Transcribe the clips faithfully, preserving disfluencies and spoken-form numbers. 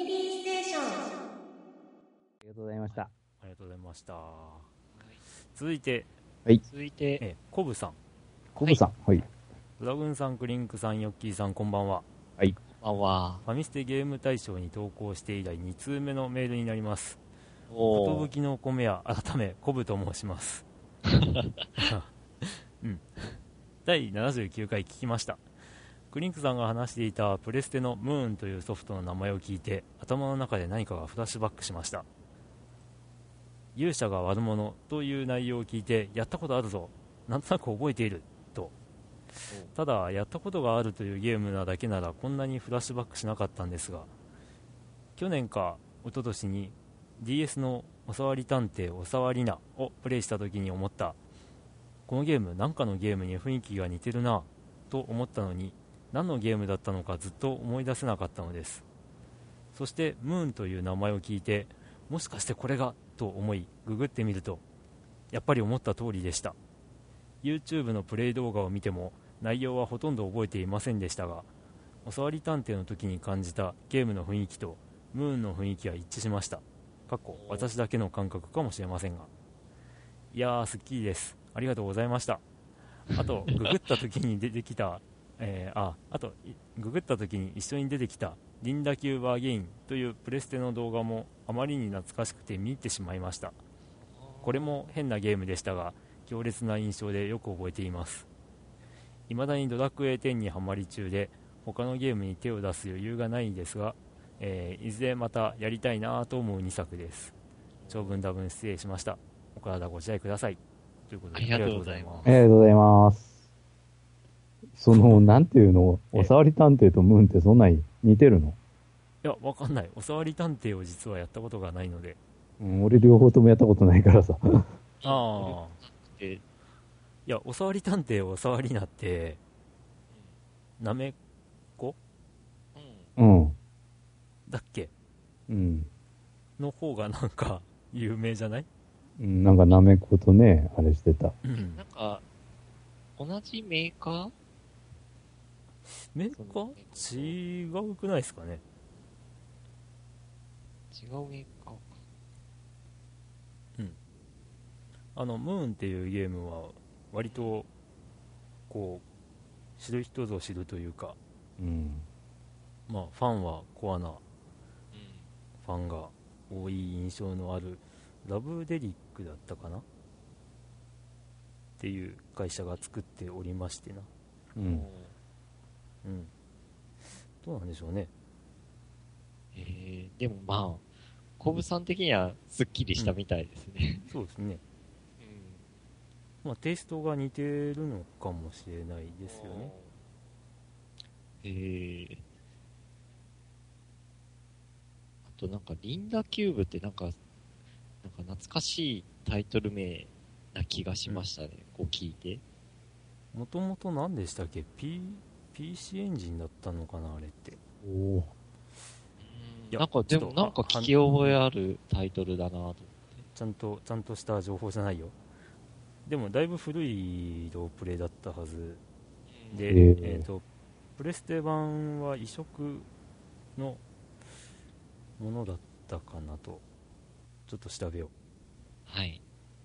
ミリーステーション。ありがとうございました。 ありがとうございました。はい、続いて、 はい。 続いて、え、コブさん。 コブさん。はい。 ドラグーンさん、クリンクさん、ヨッキーさん、こんばんは。 はい。 こんばんは。 ファミステゲーム大賞に投稿して以来に通目のメールになります。 おことぶきの米屋、改め、コブと申します。うん。だいななじゅうきゅうかい聞きました。クリンクさんが話していたプレステのムーンというソフトの名前を聞いて、頭の中で何かがフラッシュバックしました。勇者が悪者という内容を聞いて、やったことあるぞ、なんとなく覚えていると。ただ、やったことがあるというゲームなだけならこんなにフラッシュバックしなかったんですが、去年か一昨年に ディーエス のおさわり探偵おさわりなをプレイした時に思った。このゲーム、なんかのゲームに雰囲気が似てるなと思ったのに、何のゲームだったのかずっと思い出せなかったのです。そしてムーンという名前を聞いて、もしかしてこれがと思いググってみると、やっぱり思った通りでした。 YouTube のプレイ動画を見ても内容はほとんど覚えていませんでしたが、おさわり探偵の時に感じたゲームの雰囲気とムーンの雰囲気は一致しました。かっこ私だけの感覚かもしれませんが、いやー、すっきりです。ありがとうございました。あとググった時に出てきたえー、ああとググった時に一緒に出てきたリンダキューバーゲインというプレステの動画もあまりに懐かしくて見入ってしまいました。これも変なゲームでしたが強烈な印象でよく覚えています。未だにドラクエテンにハマり中で他のゲームに手を出す余裕がないんですが、えー、いずれまたやりたいなと思うにさくです。長文多文失礼しました。お体ご自愛くださいということで、ありがとうございます。 ありがとうございます。その、なんていうの、おさわり探偵とムーンってそんなに似てるの？ いや、わかんない。おさわり探偵を実はやったことがないので。 うん、俺両方ともやったことないからさ。ああ。いや、おさわり探偵おさわりなって、なめこ？ うん。 だっけ？ うん。 の方がなんか、有名じゃない？ うん、なんかなめことね、あれしてた。 うん。なんか、同じメーカー？ メーカー？違うくないですかね。 違うメーカーか。 うん。あの、ムーンっていうゲームは、割と、こう、知る人ぞ知るというか、 うん。 まあ、ファンはコアな、ファンが多い印象のある、ラブデリックだったかなっていう会社が作っておりましてな。 うん。 うん、どうなんでしょうね。 えー、でもまあ、コブさん的にはスッキリしたみたいですね。 うん、そうですね。うん、まあテイストが似てるのかもしれないですよね。 えー、あとなんかリンダキューブってなんか、なんか懐かしいタイトル名な気がしましたね。うん、こう聞いて。 もともと何でしたっけ？ Pピーシー エンジンだったのかなあれって。 おお。 なんかでもなんか聞き覚えあるタイトルだなと思って。 ちゃんとちゃんとした情報じゃないよ。でもだいぶ古いロープレイだったはずで、えー、えーとプレステ版は移植のものだったかなとちょっと調べよう。 はい。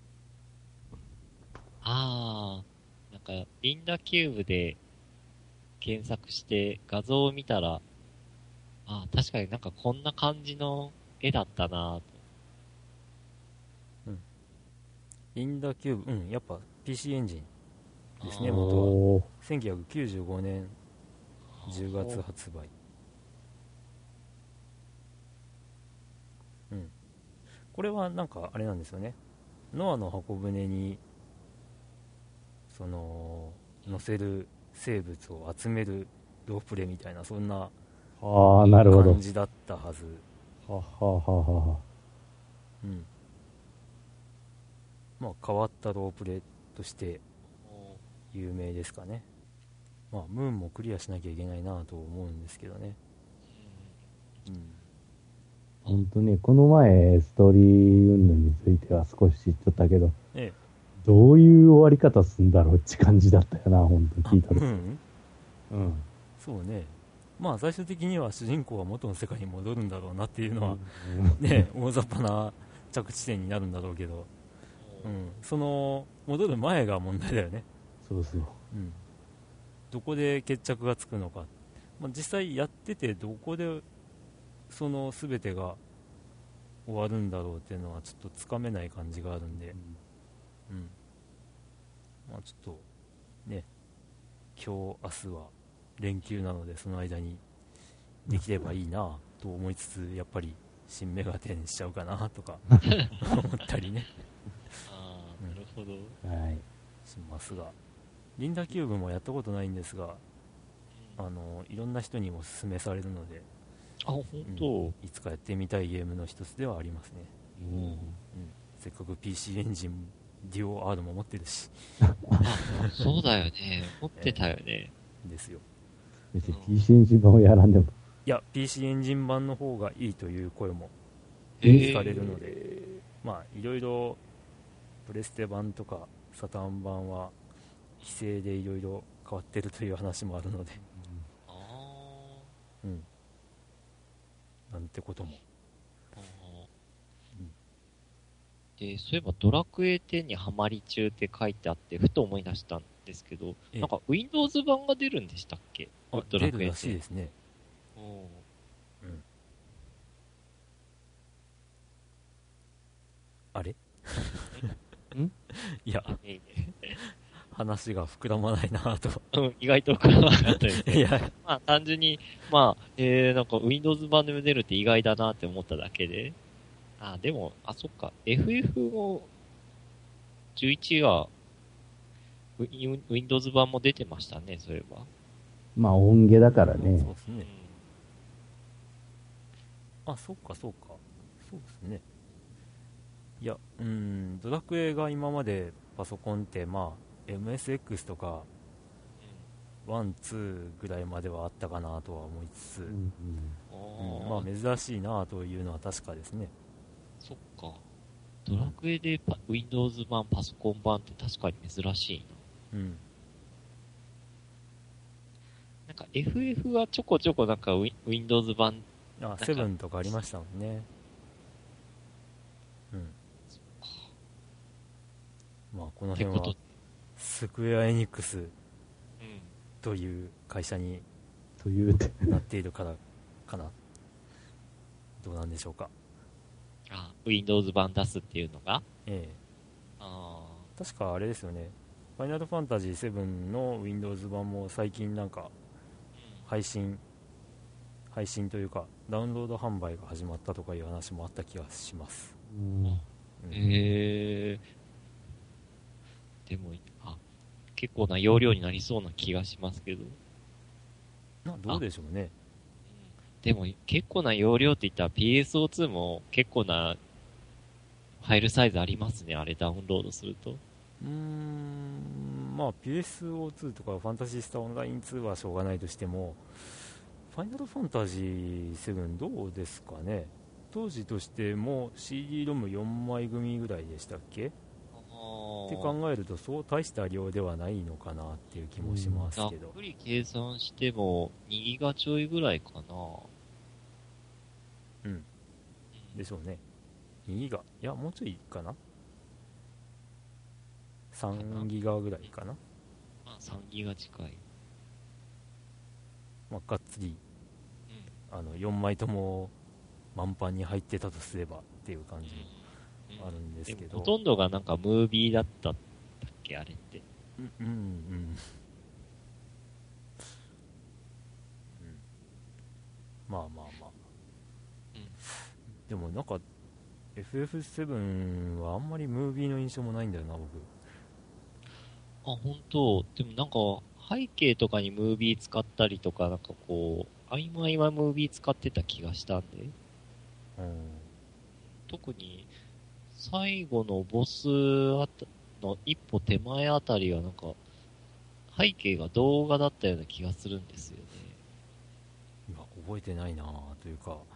あー、なんかリンダキューブで検索して画像を見たら、ああ、確かになんかこんな感じの絵だったなぁと。 うん。リンダキューブ、うん、やっぱ ピーシー エンジンですね、元は。せんきゅうひゃくきゅうじゅうごねんじゅうがつ発売。うん。これはなんかあれなんですよね。ノアの箱舟に、その、乗せる生物を集めるロープレイみたいな、そんな、 ああ、なるほど。 感じだったはず。 ははははは。 うん。まあ変わったロープレイとして有名ですかね。まあムーンもクリアしなきゃいけないなと思うんですけどね。 うん。ほんとね、この前ストーリー云々については少し知っちゃったけど、ええ、どういう終わり方すんだろうって感じだったよな、ほんと聞いたの。 うん。 うん。 そうね。 まあ最終的には主人公は元の世界に戻るんだろうなっていうのは、ね、大雑把な着地点になるんだろうけど、うん、その戻る前が問題だよね。 そうそう、 うん、どこで決着がつくのか、まあ、実際やっててどこでその全てが終わるんだろうっていうのはちょっとつかめない感じがあるんで、うん、まあちょっとね、今日明日は連休なのでその間にできればいいなと思いつつ、やっぱり新メガテンしちゃうかなとか思ったりねああ、なるほど、 はい、 しますが、リンダキューブもやったことないんですが、あのいろんな人にも勧めされるので、 あ、本当、 うん、いつかやってみたいゲームの一つではありますね、 うんうん、 せっかく ピーシー エンジン デュオ アール も持ってるしあ、そうだよね、持ってたよね、えー、ですよ。 別に ピーシー エンジン版をやらんでも、 いや ピーシー エンジン版の方がいいという声も聞かれるので、えー、まあいろいろプレステ版とかサターン版は規制でいろいろ変わってるという話もあるので、 ああ、 うん、なんてことも。 で、そういえばドラクエテンにハマり中って書いてあって、ふと思い出したんですけど、なんか Windows 版が出るんでしたっけ？ あ、 ドラクエテン。 出るらしいですね。 うん。 あれんいや、話が膨らまないなと。 うん、意外と膨らまなかったですね。 いや、 まあ単純に、まあ、えー、なんか Windows 版でも出るって意外だなって思っただけで。あ、でも、あ、そっか。エフエフ も、じゅういちが、Windows 版も出てましたね、そういえば。 まあ音ゲーだからね。 そうですね。うん、あ、そっかそっか。そうですね。いや、うん、ドラクエが今までパソコンって、まあ、エムエスエックス とか、ワン、ツーぐらいまではあったかなとは思いつつ、うんうんうん、まあ珍しいなというのは確かですね。 そっか。ドラクエでパ Windows 版、パソコン版って確かに珍しいな。うん。なんか エフエフ はちょこちょこなんか Windows 版。 あ、セブンとかありましたもんね。うん。まあこの辺はスクエアエニックスという会社にというなっているからかな。どうなんでしょうか。 あ、Windows 版出すっていうのが、 ええ、 あ、 確かあれですよね。ファイナルファンタジーセブンの Windows 版も最近なんか配信配信というかダウンロード販売が始まったとかいう話もあった気がします。 うん、 へえー。でも、あ、結構な容量になりそうな気がしますけど。 な、どうでしょうね。 でも結構な容量って言ったら ピーエスオーツー も結構なファイルサイズありますね、あれダウンロードすると。 うーん、まあ ピーエスオーツー とかファンタジースターオンラインツーはしょうがないとしても、ファイナルファンタジーセブンどうですかね。当時としても シーディー ロムよんまい組ぐらいでしたっけって考えるとそう大した量ではないのかなっていう気もしますけど、 ざっくり計算してもにギガちょいぐらいかな。 うん、でしょうね。にギガ、いやもうちょいかな、さんギガぐらいかな。 まあさんギガ近い。 まあがっつり、うん、あのよんまいとも満帆に入ってたとすればっていう感じもあるんですけど、 ほとんどがなんかムービーだったんだっけあれって。 うんうんうん、うん、まあまあまあ、うん、でもなんか エフエフセブン はあんまりムービーの印象もないんだよな僕。 あ、本当。でもなんか背景とかにムービー使ったりとか、なんかこう曖昧はムービー使ってた気がしたんで、うん、特に最後のボスあたの一歩手前あたりはなんか背景が動画だったような気がするんですよね。 いや覚えてないなというか、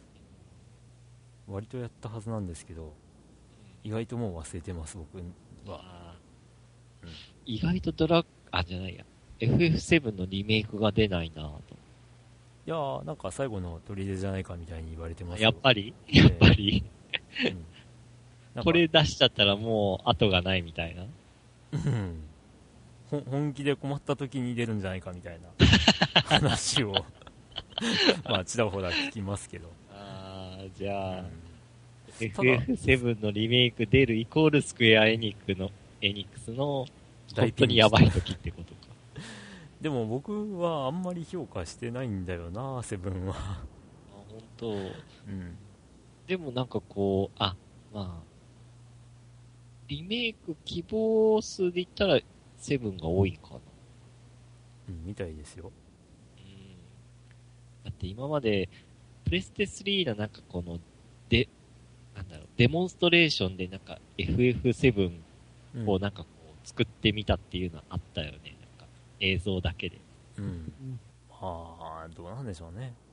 割とやったはずなんですけど、意外ともう忘れてます僕は。 うん、意外とドラあじゃないや エフエフセブン のリメイクが出ないなと。 いやー、なんか最後の砦じゃないかみたいに言われてますよ。 やっぱりやっぱり、 うん、 これ出しちゃったらもう後がないみたいな。 うん、本気で困った時に出るんじゃないかみたいな話をまあちらほら聞きますけど。 あー、じゃあ、うん、 エフエフセブン のリメイク出るイコールスクエアエニックのエニックスの本当にやばい時ってことか。 でも僕はあんまり評価してないんだよな、セブンは。あ、 本当。うん。でもなんかこう、あ、まあ、リメイク希望数で言ったらセブンが多いかな。 うん、みたいですよ。 うん。だって今まで、プレステスリーのなんかこの、で、なんだろう、デモンストレーションでなんか エフエフセブン をなんかこう作ってみたっていうのあったよね。なんか映像だけで。 うん。はあ、どうなんでしょうね。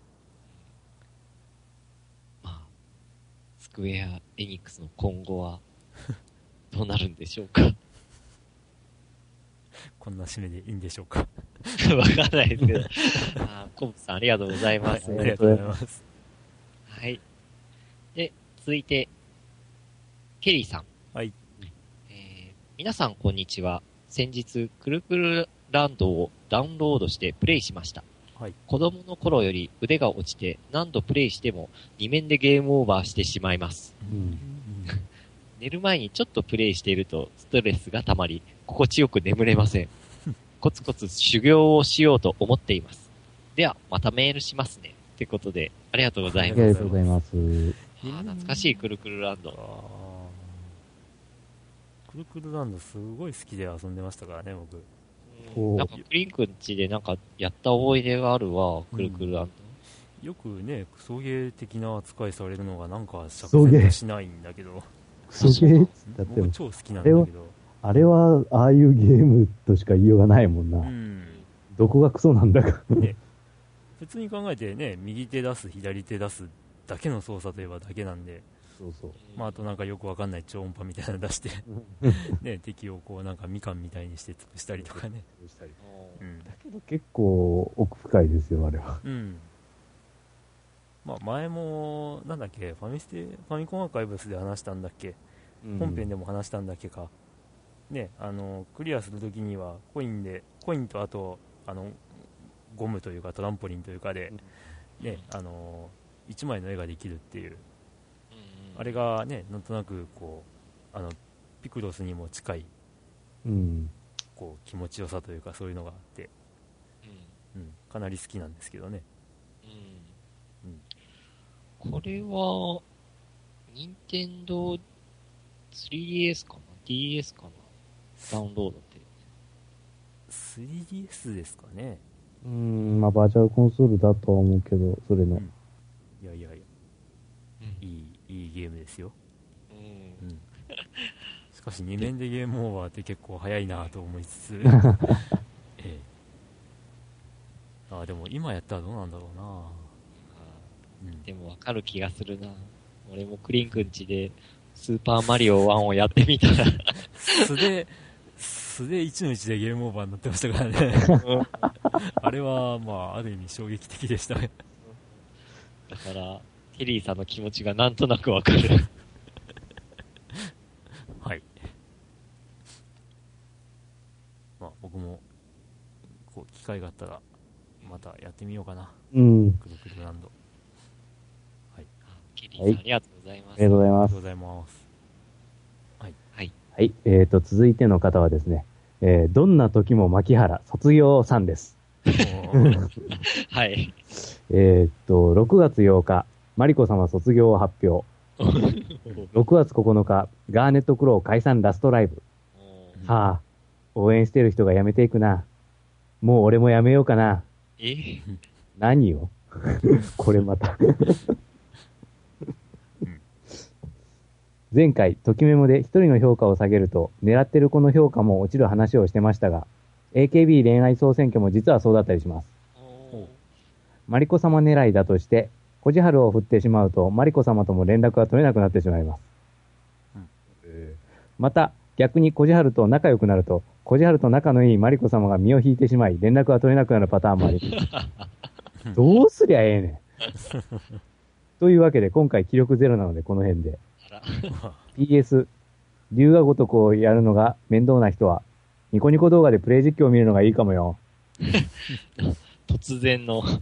まあ、スクエア・エニックスの今後は、どうなるんでしょうか。 こんな締めでいいんでしょうか。 わかんないですけど。あ、コブさんありがとうございます。 はい、ありがとうございます。 はい。で、続いて、ケリーさん。 はい。 えー、皆さんこんにちは。先日、くるくるランドをダウンロードしてプレイしました。 はい。 子供の頃より腕が落ちて何度プレイしてもに面でゲームオーバーしてしまいます。うん、寝る前にちょっとプレイしているとストレスが溜まり、心地よく眠れません。コツコツ修行をしようと思っています。では、またメールしますね。ってことで、ありがとうございます。 ありがとうございます。 あ、懐かしいくるくるランド。 くるくるランドすごい好きで遊んでましたからね、僕。 なんかクリンクんちでなんかやった思い出があるわ、くるくるランド。 うん、よくね、クソゲー的な扱いされるのがなんか釈然しないんだけど。 クソゲーだって僕超好きなんだけど。 あれは、ああいうゲームとしか言いようがないもんな。うん、どこがクソなんだか、 ね。普通に考えてね、右手出す、左手出すだけの操作といえばだけなんで。 そうそう。 まあ、あとなんかよくわかんない超音波みたいなの出して、ね、敵をこうなんかみかんみたいにして潰したりとかね。潰したり。 うん。だけど結構奥深いですよ、あれは。 うん。まあ、前も、なんだっけ、ファミステ、ファミコンアーカイブスで話したんだっけ、うん、本編でも話したんだっけか。ね、あのクリアするときにはコインでコインとあとあのゴムというかトランポリンというかで、ね、あのいちまいの絵ができるっていう、あれがねなんとなくこうあのピクロスにも近い、 うん、 こう気持ちよさというかそういうのがあって、うんうん、かなり好きなんですけどね、 うんうん、これは任天堂 スリーディーエス かな ディーエス かなダウンロードってスリーディーエス ですかね。 うーん、まあバーチャルコンソールだとは思うけど、それの、うん、 いやいやいや、うん、いいいいゲームですよ。うん、うん、しかしに面でゲームオーバーって結構早いなと思いつつ、ええ、あでも今やったらどうなんだろうな。あ、 うん、でもわかる気がするな。俺もクリンくんちでスーパーマリオワンをやってみたら素で素でいちのいちでゲームオーバーになってましたからねあれはまあある意味衝撃的でしたね。 だからケリーさんの気持ちがなんとなくわかるはい。まあ僕もこう機会があったらまたやってみようかな。 うん。 くるくるランド。はい。 ケリーさん、はい、ありがとうございます。 ありがとうございます。 ありがとうございます。はい。 はい。 はい。えーと、続いての方はですね、えー、どんな時も牧原卒業さんです。 はい。 えっと、ろくがつようか、マリコ様卒業を発表。ろくがつここのか、ガーネットクロー解散ラストライブ。はあ、応援してる人が辞めていくな。もう俺も辞めようかな。 え何よこれまた前回、ときメモで一人の評価を下げると、狙ってる子の評価も落ちる話をしてましたが、エーケービー 恋愛総選挙も実はそうだったりします。マリコ様狙いだとして、コジハルを振ってしまうと、マリコ様とも連絡が取れなくなってしまいます。うんえー、また、逆にコジハルと仲良くなると、コジハルと仲のいいマリコ様が身を引いてしまい、連絡が取れなくなるパターンもあります。 どうすりゃええねん。というわけで、今回気力ゼロなので、この辺で。 あら。 ピーエス、龍が如くをやるのが面倒な人は、ニコニコ動画でプレイ実況を見るのがいいかもよ。 突然のはい。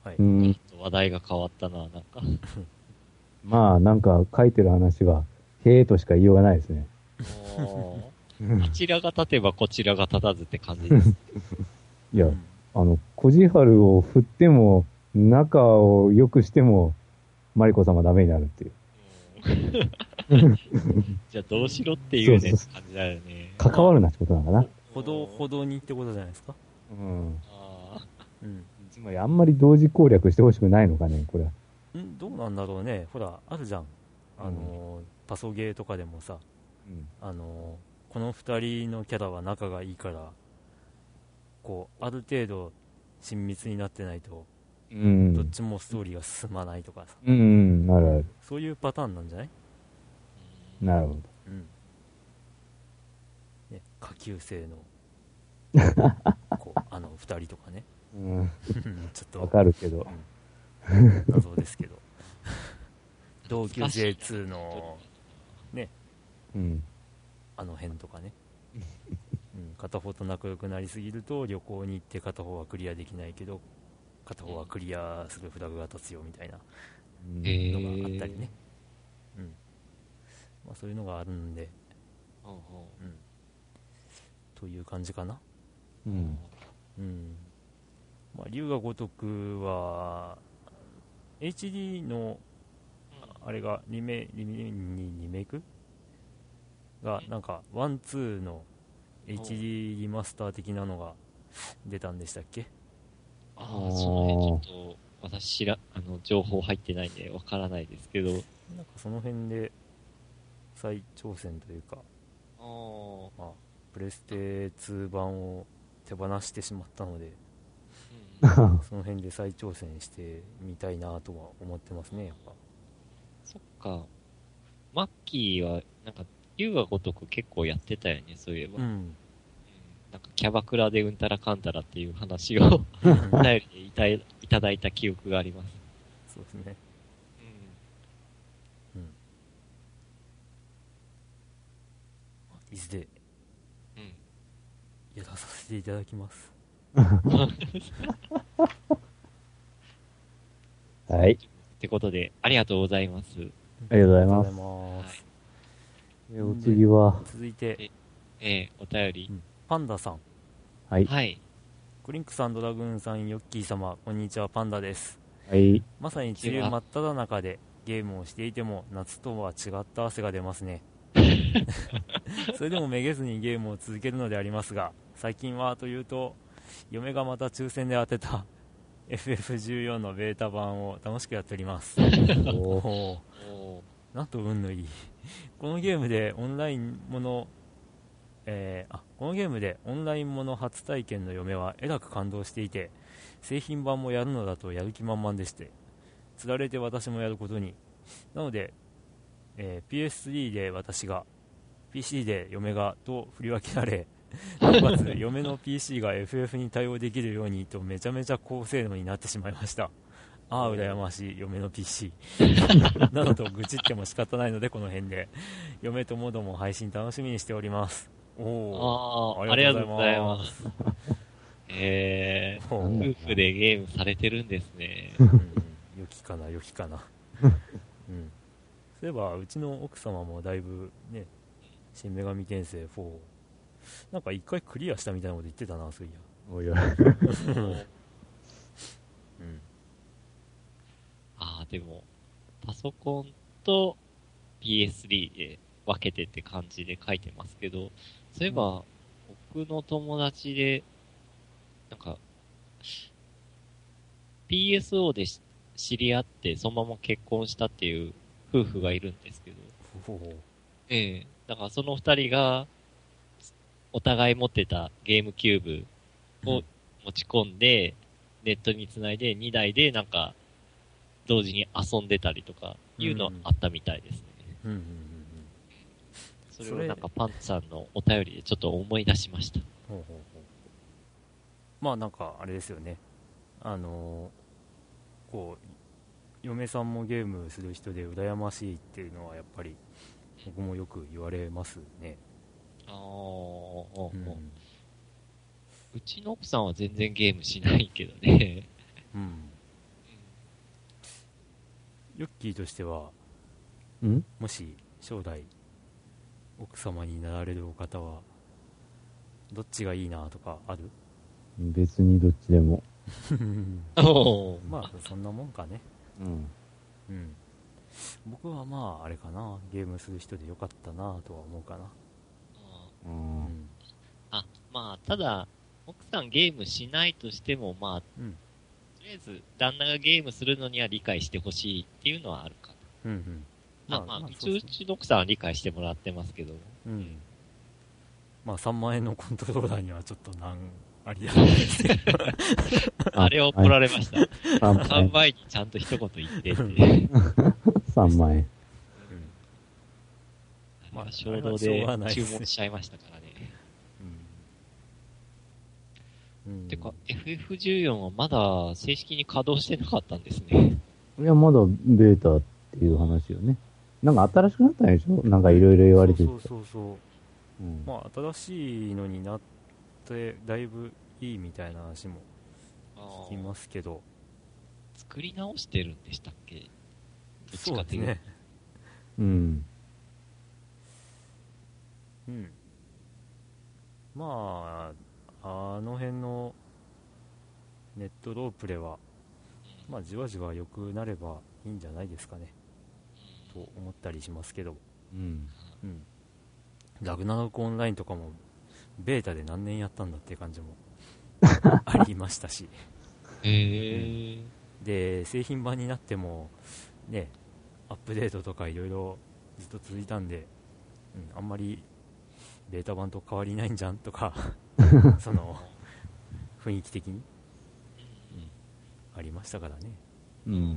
うん。 話題が変わったな、なんか。 まあ、なんか書いてる話は、へえとしか言いようがないですね。 こちらが立てばこちらが立たずって感じです。 いや、 うんあの、こじはるを振っても、仲を良くしても、マリコ様ダメになるっていう。 じゃあどうしろっていうねって感じだよね。 関わるなってことなのかな。 ほどほどにってことじゃないですか。 うん。 あうん。 つまりあんまり同時攻略してほしくないのかね、これは。 んどうなんだろうね。ほら、あるじゃん。あのー、パソゲーとかでもさ、 うん。 あのー、この二人のキャラは仲がいいから、こう、ある程度親密になってないと、 うん。 どっちもストーリーが進まないとかさ、 うん、うん、あるある。 そういうパターンなんじゃない？ なるほど。 うん。ね、下級生の、こう、あの二人とかね。 うん。 ちょっと、 わかるけど。 謎ですけど。同級生ツーの、ね、 うん。 あの辺とかね。うん、片方と仲良くなりすぎると旅行に行って片方はクリアできないけど片方はクリアするフラグが立つよみたいなのがあったりね、うんまあ、そういうのがあるんで、うん、という感じかな。 うん。 うんまあ、龍が如くは エイチディー のあれがリメリメリメイクがなんかワンツーの エイチディー リマスター的なのが出たんでしたっけ？ ああ、その辺ちょっと、私知ら、あの、情報入ってないんでわからないですけど。なんかその辺で再挑戦というか、 あー、 まあ、プレステツー版を手放してしまったので、 うん、 その辺で再挑戦してみたいなとは思ってますね、やっぱ。 そっか。マッキーは、なんか、龍が如く結構やってたよね、そういえば。 うん。 うん、なんか、キャバクラでうんたらかんたらっていう話をお便りでいたいただいた記憶があります。 そうですね。うん。いずれ、 うん。 やらさせていただきます。 はい。 ってことで、ありがとうございます。 ありがとうございありがとうごます。 ざいます。 えお次は、 続いて、 えー、お便り、 うん、パンダさん。 はい。 はい。 クリンクさん、ドラグーンさん、ヨッキー様、こんにちは、パンダです。 はい。 まさに梅雨真っ只中でゲームをしていても夏とは違った汗が出ますね。それでもめげずにゲームを続けるのでありますが、最近はというと嫁がまた抽選で当てた エフエフじゅうよん のベータ版を楽しくやっております。おおなんと運のいい。このゲームでオンラインもの、えー、あこのゲームでオンラインもの初体験の嫁はえらく感動していて、製品版もやるのだとやる気満々でして、つられて私もやることに。なので、えー、ピーエススリー で私が ピーシー で嫁がと振り分けられ、なおかつ嫁の ピーシー が エフエフ に対応できるようにとめちゃめちゃ高性能になってしまいました。ああ羨ましい嫁の ピーシー などと愚痴っても仕方ないので、この辺で嫁ともども配信楽しみにしております。おお、 ああ、ありがとうございます。えー、夫婦でゲームされてるんですね。 うん、よきかなよきかな。うん、そういえばうちの奥様もだいぶね、新女神転生フォーなんか一回クリアしたみたいなこと言ってたな、そういや。 おいおい。 うん、 ああ、でも、パソコンと ピーエススリー で分けてって感じで書いてますけど、そういえば、うん、僕の友達で、なんか、ピーエスオー で知り合って、そのまま結婚したっていう夫婦がいるんですけど、ええ、だからその二人が、お互い持ってたゲームキューブを持ち込んで、うん、ネットにつないでにだいでなんか、同時に遊んでたりとか、いうのあったみたいですね。 うんうんうんうん、 それをなんかパンツさんのお便りでちょっと思い出しました。ほうほうほまあなんかあれですよね、あのー、こう嫁さんもゲームする人で羨ましいっていうのはやっぱり僕もよく言われますね。 ああ、うん、 うんうちの奥さんは全然ゲームしないけどね。 うん。ヨッキーとしては、 んもし将来奥様になられるお方はどっちがいいなとかある？ 別にどっちでも。 おまあそんなもんかね。 うん。 うん。僕はまああれかな、ゲームする人でよかったなとは思うかな。 う。 うんん。 あ、まあ、ただ、奥さんゲームしないとしても、まあ、 うん。 とりあえず、旦那がゲームするのには理解してほしいっていうのはあるかうんうん。 な。あ、まあ、うち、 そううちの奥さんは理解してもらってますけど。 うん。まあさんまん円のコントローラーにはちょっと難ありだったんですけど。 あれ怒られました。 さんまん買う円。 前にちゃんと一言言ってって。 さんまん円。 うん。 まあ、 まあ衝動しょうでがないですね注文しちゃいましたからね。 うん。うん。 てか、エフエフじゅうよん はまだ正式に稼働してなかったんですね。 いや、まだベータっていう話よね。なんか新しくなったんでしょ？なんかいろいろ言われてて。 そうそうそうそう。 うん。 まあ新しいのになってだいぶいいみたいな話も聞きますけど。 作り直してるんでしたっけ？どっちそうかというと。 ですね。 うん。 うん。まああの辺のネットロープレはまあじわじわ良くなればいいんじゃないですかねと思ったりしますけど。 うん。 うん。ラグナロクオンラインとかもベータで何年やったんだっていう感じもありましたし。 へー。 で製品版になってもね、アップデートとかいろいろずっと続いたんで、うん、あんまりベータ版と変わりないんじゃんとかその雰囲気的に、うん、ありましたからね。 うん。うん。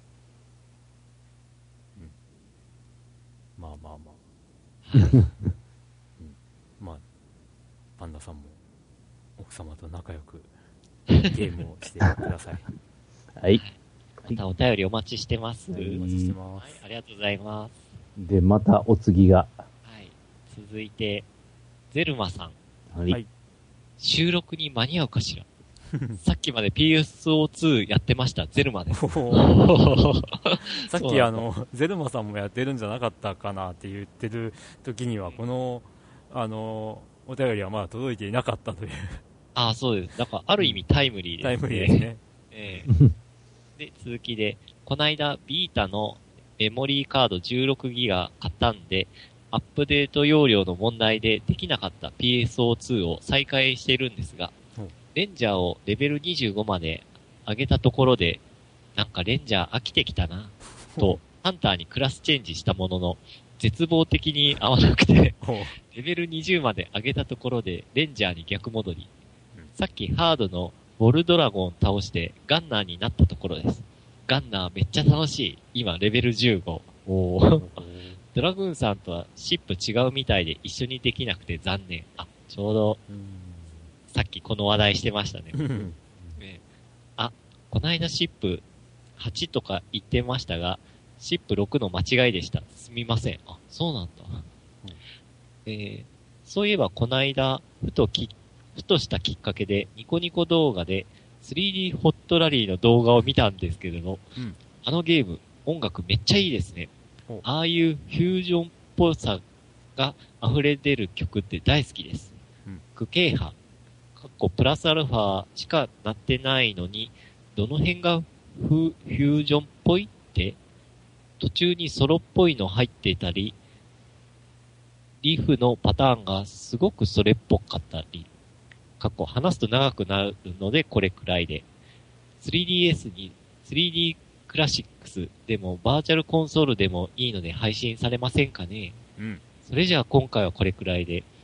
まあまあまあ、うん、まあパンダさんも奥様と仲良くゲームをしてください。 はい。 またお便りお待ちしてます。 はお待ちしてまはい、 す。 ありがとうございます。 で、またお次が。 はい。続いて、ゼルマさん。 はい。 はい収録に間に合うかしらさっきまで ピーエスオーツー やってました、ゼルマです。 おーさっきあのゼルマさんもやってるんじゃなかったかなって言ってる時にはこのあのお便りはまだ届いていなかったというああ、そうです。だから、ある意味タイムリーですね。 タイムリーですね。 ええで、続きで、こないだビータのメモリーカードじゅうろくギガ買ったんで、アップデート容量の問題でできなかった ピーエスオーツー を再開しているんですが、 うんレンジャーをレベルにじゅうごまで上げたところで、なんかレンジャー飽きてきたな、と、ハンターにクラスチェンジしたものの、絶望的に合わなくて、レベルにじゅうまで上げたところで、レンジャーに逆戻り。 うんさっきハードのボルドラゴン倒してガンナーになったところです。ガンナーめっちゃ楽しい。今レベルじゅうご。おードラグーンさんとはシップ違うみたいで一緒にできなくて残念。あ、ちょうどうんさっきこの話題してましたね。 うんねあ、こないだシップはちとか言ってましたが、シップろくの間違いでした。すみません。あ、そうなんだ。 うんえー、そういえばこないだ、ふとき、ふとしたきっかけで、ニコニコ動画で スリーディー ホットラリーの動画を見たんですけれども、 うんあのゲーム、音楽めっちゃいいですねお。 ああいうフュージョンっぽさが溢れ出る曲って大好きです。 うんクケーハ、かっこプラスアルファしかなってないのに、どの辺がフフュージョンっぽいって、途中にソロっぽいの入ってたり、リフのパターンがすごくそれっぽかったり、かっこ話すと長くなるのでこれくらいで。スリーディーエス に スリーディー クラシックスでもバーチャルコンソールでもいいので配信されませんかね。 うんそれじゃあ今回はこれくらいで。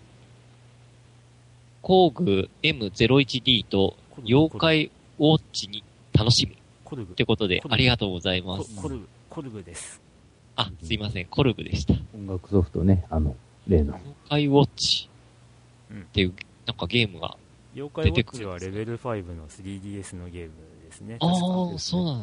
工具 エムゼロいちディー と妖怪ウォッチに楽しみ。 コルグってことでコルグありがとうございます。 ココルグコルグです。 あ、すいません。コルグでした。 音楽ソフトね、あの、例の。 妖怪ウォッチうんっていう、なんかゲームが妖怪ウォッチはレベルファイブの スリーディーエス のゲームですね。 ああ、 ね、 そうなんだ。 うん。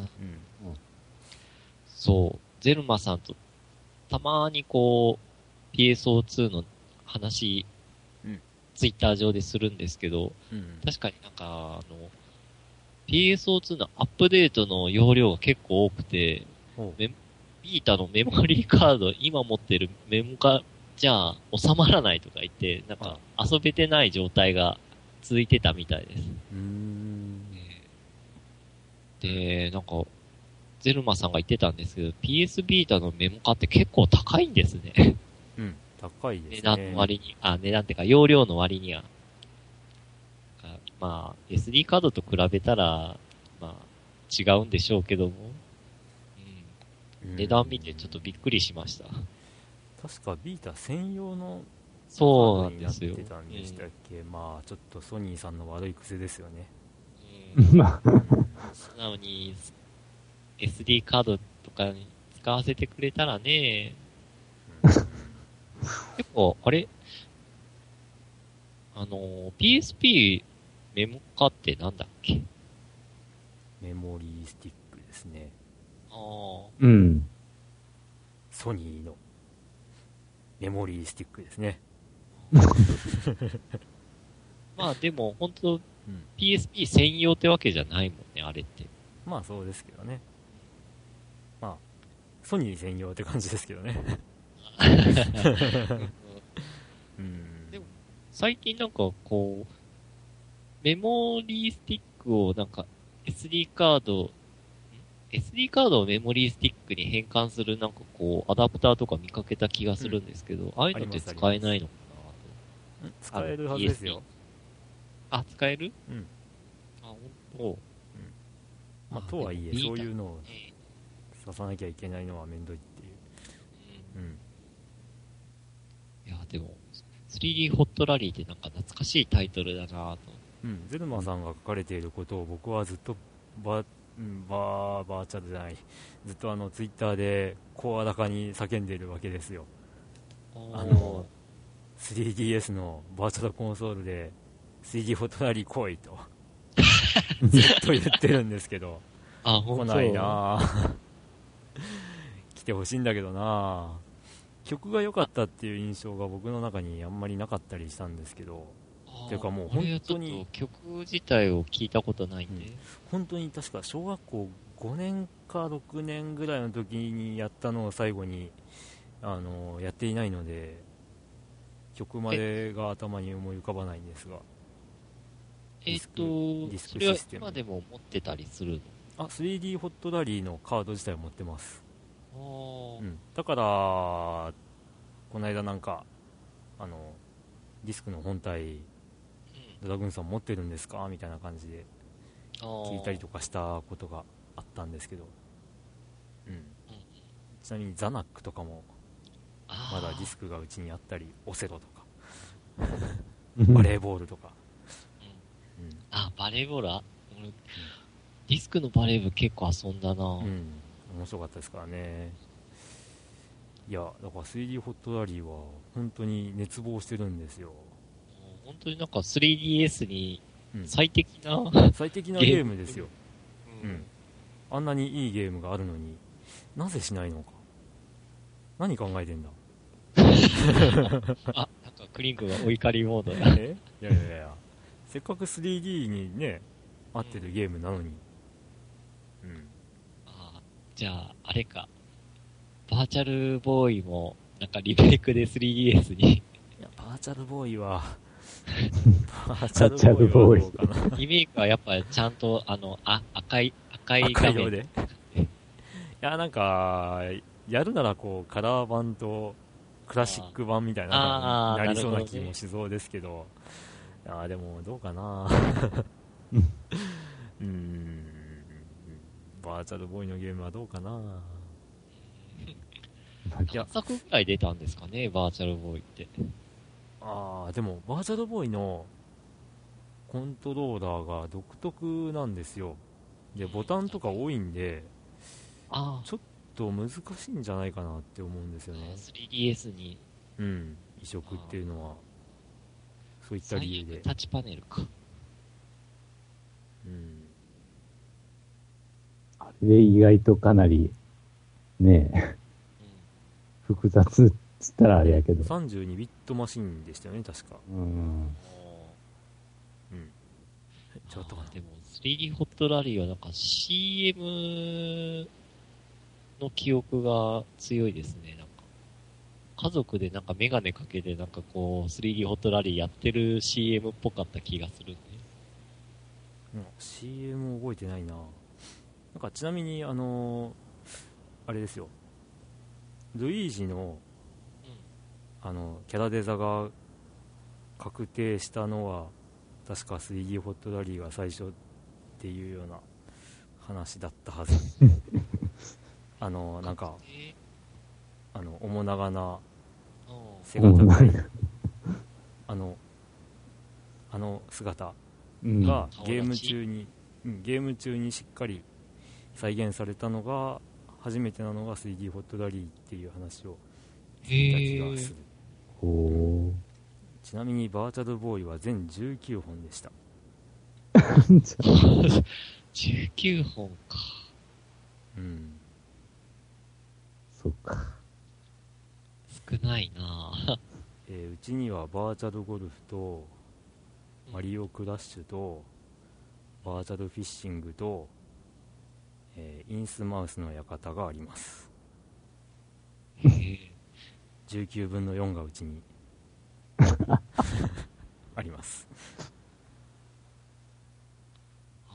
そう。ゼルマさんと、たまにこう、ピーエスオーツー の話、うん、ツイッター上でするんですけど、うんうん、確かになんか、あの、ピーエスオーツー のアップデートの容量が結構多くて、ビータのメモリーカード、今持ってるメモカじゃ収まらないとか言って、なんか遊べてない状態が続いてたみたいです。うーんで、なんか、ゼルマさんが言ってたんですけど、ピーエス ビータのメモカって結構高いんですね。 うん、高いですね。 値段の割に、あ、値段ってか容量の割には。まあ、エスディー カードと比べたら、まあ、違うんでしょうけども、うん、値段見てちょっとびっくりしました。 確かビータ専用のそうなんですよ。 カードになってたんでしたっけ、うん、まあ、ちょっとソニーさんの悪い癖ですよね。 まあ、素直に エスディー カードとかに使わせてくれたらね、うん、結構、あれあの、ピーエスピー メモカってなんだっけ？ メモリースティックですね。 ああ。 うん。 ソニーのメモリースティックですね。 まあでも、本当、うん、ピーエスピー 専用ってわけじゃないもんね、あれって。 まあそうですけどね。まあ、ソニー専用って感じですけどね。 うん、でも、最近なんかこう、メモリースティックをなんか エスディー カード、エスディー カードをメモリースティックに変換するなんかこう、アダプターとか見かけた気がするんですけど、うん、ああいうのって使えないのかなと。使えるはずですよ。 あ、使える？ うん。 あ、ほんと。うん。 まあ、とはいえ、そういうのを刺さなきゃいけないのはめんどいっていう。うん。うん、 いや、でも、スリーディー ホットラリーってなんか懐かしいタイトルだなぁと。 うん、ゼルマさんが書かれていることを僕はずっとバ,、うん、バーバーチャルじゃないずっとあのツイッターで声高に叫んでいるわけですよ。あの スリーディーエス のバーチャルコンソールで スリーディー ホットラリー来いとずっと言ってるんですけどあ来ないな来てほしいんだけどな曲が良かったっていう印象が僕の中にあんまりなかったりしたんですけどっていうかもう本当に曲自体を聞いたことないんで、うん、 本当に確か小学校ごねんかろくねんぐらいの時にやったのを最後にあのやっていないので曲までが頭に思い浮かばないんですがえっとディスクシステムそれは今でも持ってたりするのあ スリーディー ホットラリーのカード自体を持ってますあ、 うん、だからこの間なんかあのディスクの本体ドラグーンさん持ってるんですかみたいな感じで聞いたりとかしたことがあったんですけど、うんうん、ちなみにザナックとかもまだディスクがうちにあったりオセロとかバレーボールとか、 うんうん、あバレーボールあ、うん、ディスクのバレー部結構遊んだな、うん、 面白かったですからね。いやだから スリーディー ホットラリーは本当に熱望してるんですよ。 本当になんか スリーディーエス に最適な、うん、 最適なゲームですよ、うん、うん、あんなにいいゲームがあるのになぜしないのか何考えてんだあ、なんかクリンクがお怒りモードだえいやいやいやせっかく スリーディー にね合ってるゲームなのに、うん、 あじゃああれかバーチャルボーイもなんかリメイクで スリーディーエス にいやバーチャルボーイはバーチャルボーイはどうかなリメイクはやっぱちゃんとあのあ赤い赤い画面でいやなんかやるならこうカラー版とクラシック版みたいなのになりそうな気もしそうですけどああでもどうかなうーんバーチャルボーイのゲームはどうかないや何作ぐらい出たんですかねバーチャルボーイって。 ああでもバーチャルボーイのコントローラーが独特なんですよ。でボタンとか多いんであちょっと難しいんじゃないかなって思うんですよね。 スリーディーエス にうん移植っていうのはそういった理由でタッチパネルかうん。 あれで意外とかなり、ねえ、複雑っつったらあれやけど。 さんじゅうにビットマシンでしたよね、確か。 うん。 うん。ちょっとかな。 でも、スリーディー ホットラリーはなんか シーエム の記憶が強いですね。なんか家族でなんかメガネかけてなんかこう スリーディー ホットラリーやってる シーエム っぽかった気がするんで。 うん、シーエム 覚えてないな。なんかちなみにあのー、あれですよ。ルイージの、うん、あのキャラデザが確定したのは確か スリーディー ホットラリーが最初っていうような話だったはず。あのなんかあの面長な背が高いあのあの姿がゲーム中に、うん、ゲーム中にしっかり再現されたのが初めてなのが スリーディー ホットラリーっていう話を聞いた気がする。 ほー。 ちなみにバーチャルボーイは全じゅうきゅうほんでした。 じゅうきゅうほんか。 うん。 そっか。 少ないなぁ、 えー、うちにはバーチャルゴルフとマリオクラッシュとバーチャルフィッシングと、えー、インスマウスの館があります。 へーじゅうきゅうぶんのよんがうちにあります。 あ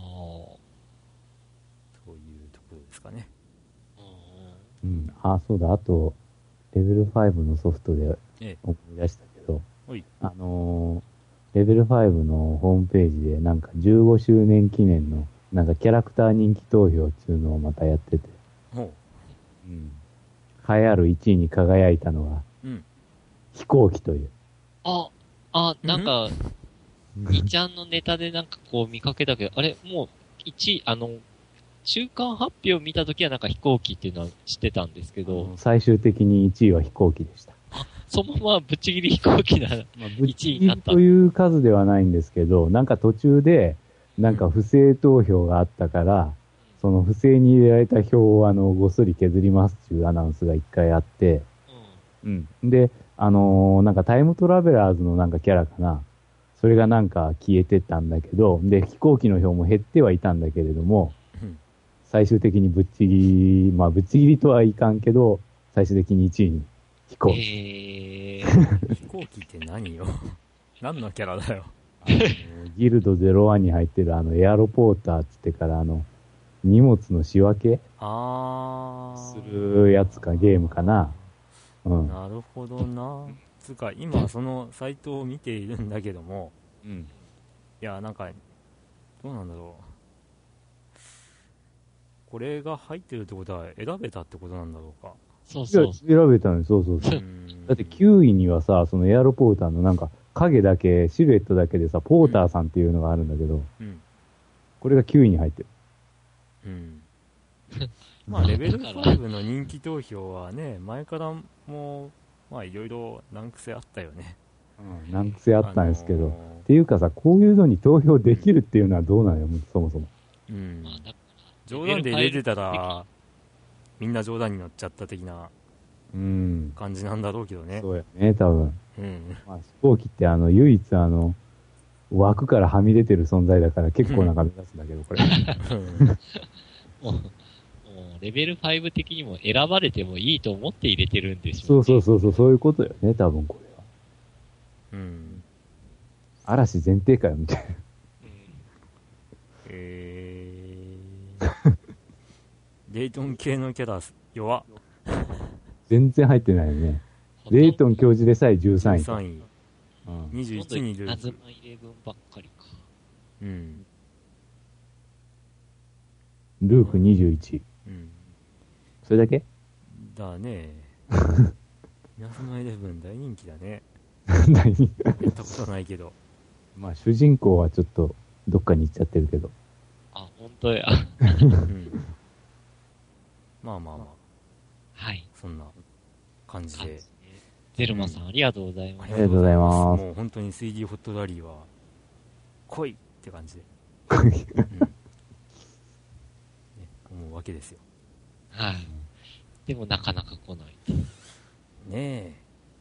というところですかね。 うん。あ、そうだ。あと、レベルファイブのソフトで思い出したけど、 ええ、 あのー、レベルファイブのホームページでなんかじゅうごしゅうねん記念のなんかキャラクター人気投票っていうのをまたやってて、 ほう、 うん。栄えあるいちいに輝いたのは、 うん、 飛行機という。 あ、あ、なんか、にちゃんのネタでなんかこう見かけたけど、あれ、もう、いちい、あの、中間発表見たときはなんか飛行機っていうのは知ってたんですけど、 最終的にいちいは飛行機でした。 あ、そのままぶっちぎり飛行機なら、 まあ、ぶっいちぎりちいになった。 という数ではないんですけど、なんか途中で、なんか不正投票があったから、その不正に入れられた票をあの、ごっそり削りますっていうアナウンスが一回あって、うん。で、あのーなんかタイムトラベラーズのなんかキャラかな。それがなんか消えてったんだけど、で、飛行機の票も減ってはいたんだけれども、 うん、 最終的にぶっちぎり、まあぶっちぎりとはいかんけど、最終的にいちいに飛行機。 えー、 飛行機って何よ何のキャラだよ。 あのギルドゼロワンに入ってるあのエアロポーターっつってからあの、荷物の仕分けあするやつかゲームかな。うん。 なるほどな。つうか今そのサイトを見ているんだけども、 うん。 いやなんかどうなんだろう。これが入ってるってことは選べたってことなんだろうか。 そうそう。 いや、選べたのよ、そうそうそう。だってきゅういにはさ、そのエアロポーターのなんか影だけ、シルエットだけでさ、ポーターさんっていうのがあるんだけど、 うん、 これがきゅういに入ってる。 うん。まあレベルファイブの人気投票はね、前からもまあいろいろ難癖あったよね。 うん、難癖あったんですけど、 あのー、 っていうかさ、こういうのに投票できるっていうのはどうなのよ、そもそも。 うん。 まあ、だ冗談で入れてたら、みんな冗談に乗っちゃった的な感じなんだろうけどね。 うん、そうやね、多分。 うん。 まあ、飛行機ってあの、唯一あの、枠からはみ出てる存在だから結構なんか目立つんだけど、これ。 もう、もうレベルファイブ的にも選ばれてもいいと思って入れてるんでしょそうそうそうそう、そういうことよね、多分こうれは。 ん。 嵐前提かよ、みたいな。 えー、レイトン系のキャラ弱っ。 全然入ってないよね。レイトン教授でさえじゅうさんい。 じゅうさんい。 うん、 にじゅういちにルーク。 ナズマイレブンばっかりか。 うん。 ルークにじゅういち。 うん。 それだけだね。ナズマイレブン大人気だね。 大人気。 やったことないけど。 まあ主人公はちょっとどっかに行っちゃってるけど。 あ、本当や。 うん。まあまあまあ。 はい。 そんな感じで。 ゼルマさん、ありがとうございます。 ありがとうございます。 もう本当に スリーディー ホットラリーは、来いって感じで。 うん、ね、思うわけですよ。 はい。でもなかなか来ない。 ねえ。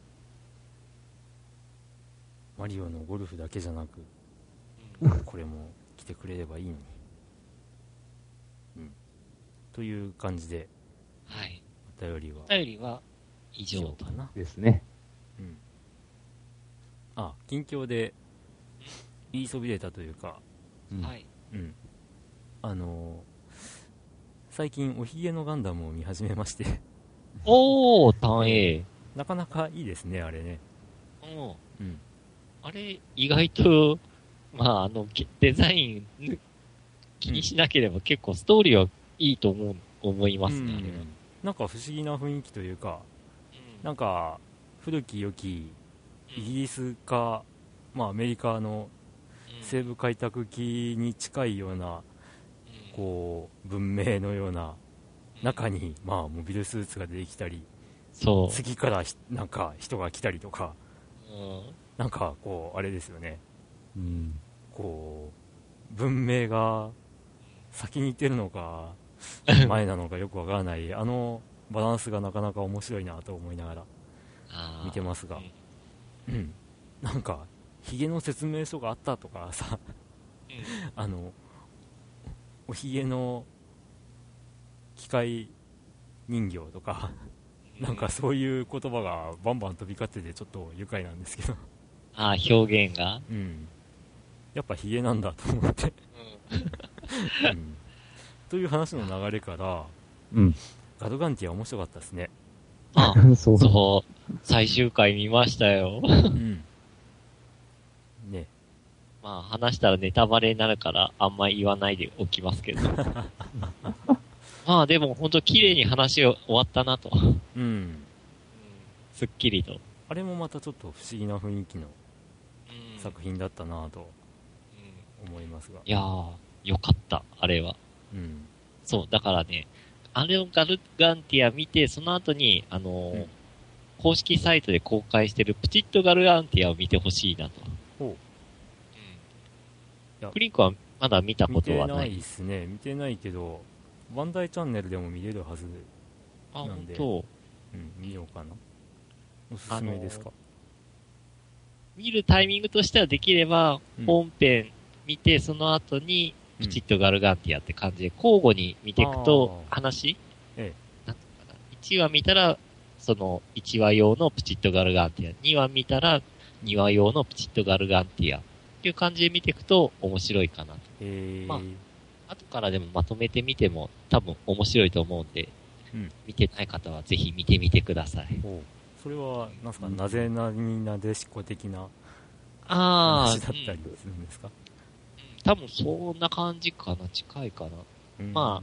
マリオのゴルフだけじゃなく、うん、これも来てくれればいいのに。うん。という感じで、 はい。 お便りは。 お便りは以上かな。ですね。 うん。あ、近況で言いそびれたというか、 うん、はい。 うん。あのー、最近おひげのガンダムを見始めまして。 おー、単影。 なかなかいいですね、あれね。 うん。あれ、意外と、まあ、あの、デザイン、気にしなければ結構ストーリーはいいと思う、思いますね、あれは。 なんか不思議な雰囲気というか、うん、なんか、古き良き、イギリスか、まあアメリカの西部開拓期に近いような、こう、文明のような、中に、まあモビルスーツが出てきたり、 そう。 次からなんか人が来たりとか、 うん、 なんかこう、あれですよね。 うん、 こう、文明が先に行ってるのか、前なのかよくわからない、あのバランスがなかなか面白いなと思いながら見てますが、うん、うん、なんか、ヒゲの説明書があったとかさ、うん、あの、おひげの機械人形とか、なんかそういう言葉がバンバン飛び交っててちょっと愉快なんですけど。 ああ、表現がうん。やっぱヒゲなんだと思って、うんうん。という話の流れから、 うん、 ガドガンティア面白かったですね。 あ、そう。そう。最終回見ましたよ。うん。 ね。 まあ話したらネタバレになるからあんまり言わないでおきますけど。まあでも本当綺麗に話が終わったなと。うん。すっきりと。 あれもまたちょっと不思議な雰囲気の作品だったなと思いますが。 いやー、よかった、あれは。うん。そう、だからね、あれをガルガンティア見て、その後に、あのーうん、公式サイトで公開してるプチッとガルガンティアを見てほしいなと。ほう。うん。クリンクはまだ見たことはない？ 見てないですね。見てないけど、バンダイチャンネルでも見れるはずなんで。あ、本当。うん、見ようかな。おすすめですか？ 見るタイミングとしてはできれば、本編見て、その後に、プチッとガルガンティアって感じで、交互に見ていくと、話、ええ、なんていうかな。いちわ見たら、その、いちわ用のプチッとガルガンティア。にわ見たら、にわ用のプチッとガルガンティア。っていう感じで見ていくと、面白いかなと。へまあ、後からでもまとめてみても、多分面白いと思うんで、うん、見てない方はぜひ見てみてください。 それは、なんすか、うん、なぜなになでしこ的な話だったりするんですか？うん、 多分そんな感じかな、近いかな。うん、まあ、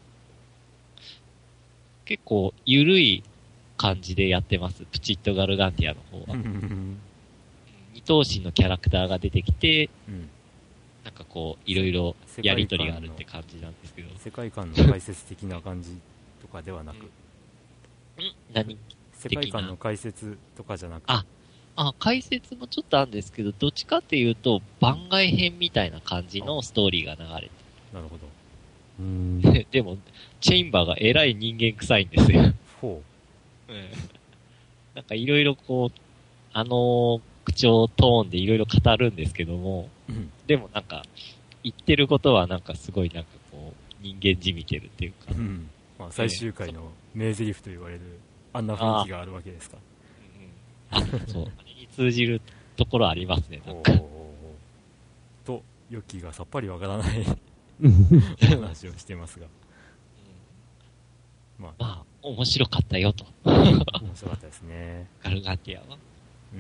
結構、ゆるい感じでやってます。プチッとガルガンティアの方は。二頭身のキャラクターが出てきて、うん、なんかこう、いろいろやりとりがあるって感じなんですけど。 世界観の解説的な感じとかではなく。 うん、ん何世界観の解説とかじゃなくて。 あ、あ、解説もちょっとあるんですけど、どっちかっていうと、番外編みたいな感じのストーリーが流れてる。 なるほど。 うーんで、でも、チェインバーがえらい人間臭いんですよ。ほう。うん。なんかいろいろこう、あのー、口調トーンでいろいろ語るんですけども、うん、でもなんか、言ってることはなんかすごいなんかこう、人間じみてるっていうか。うん。 まあ最終回の名台詞と言われる、あんな雰囲気があるわけですか。 あ、そう。あれに通じるところありますね、なんか。 と、ヨッキーがさっぱりわからない話をしてますが。 うん、まあ、まあ、面白かったよと。 面白かったですね。 ガルガンティアは。うん。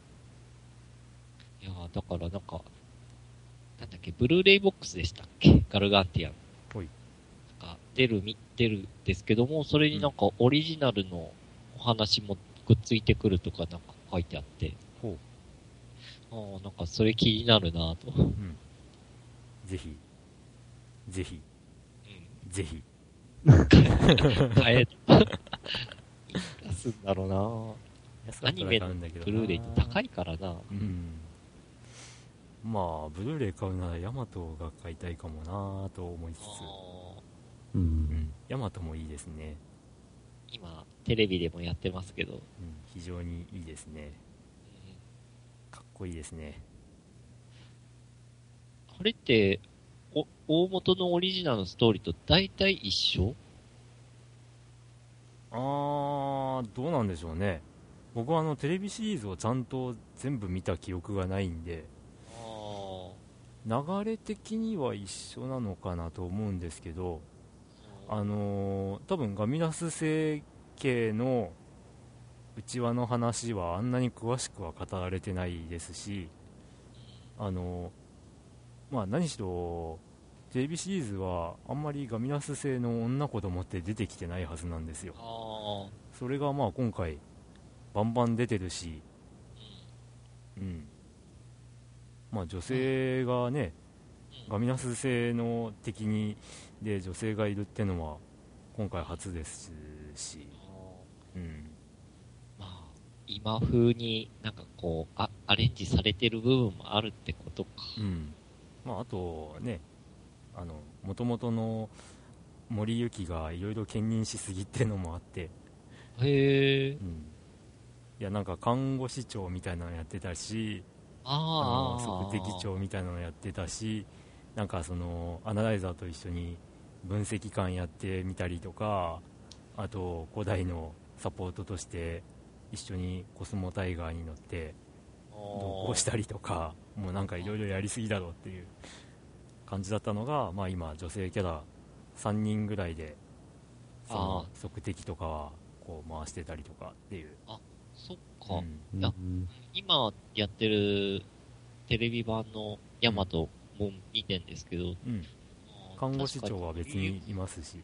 いやだからなんか、なんだっけ、ブルーレイボックスでしたっけ？ガルガンティア。ほい。なんか、出る、出るんですけども、それになんかオリジナルのお話もくっついてくるとかなんか書いてあって。ほう。ああ、なんかそれ気になるなぁと。うん。 ぜひ。ぜひ。うん。ぜひ。 買え、出すんだろうなぁ。アニメのブルーレイって高いからな。うん。 まあブルーレイ買うならヤマトが買いたいかもなと思いつつ、 ううんん、ヤマトもいいですね。 今、テレビでもやってますけど、うん、 非常にいいですね。かっこいいですね。 あれって、お、大元のオリジナルのストーリーと大体一緒？ あー、どうなんでしょうね。僕はあのテレビシリーズをちゃんと全部見た記憶がないんで、流れ的には一緒なのかなと思うんですけど、あのー、多分ガミラス星系の内輪の話はあんなに詳しくは語られてないですし、あのー、まあ何しろテレビシリーズはあんまりガミラス星の女子供って出てきてないはずなんですよ。それがまあ今回バンバン出てるし、うん、まあ女性がね、ガミラス星の敵にで女性がいるってのは今回初ですし、うん、 まあ今風になんかこうあアレンジされてる部分もあるってことか。 うん、まああとね、あの元々の森行がいろいろ兼任しすぎってのもあって、 へえ、 うん、いやなんか看護師長みたいなのやってたし、 ああの測定長みたいなのやってたし、なんかそのアナライザーと一緒に分析官やってみたりとか、あと古代のサポートとして一緒にコスモタイガーに乗って同行したりとか、もうなんかいろいろやりすぎだろうっていう感じだったのが、まあ、今女性キャラさんにんぐらいでその測定とかはこう回してたりとかっていう。 あ、そっか、 うん、 いや今やってるテレビ版のヤマトも見てんですけど、 うん、看護師長は別にいますし、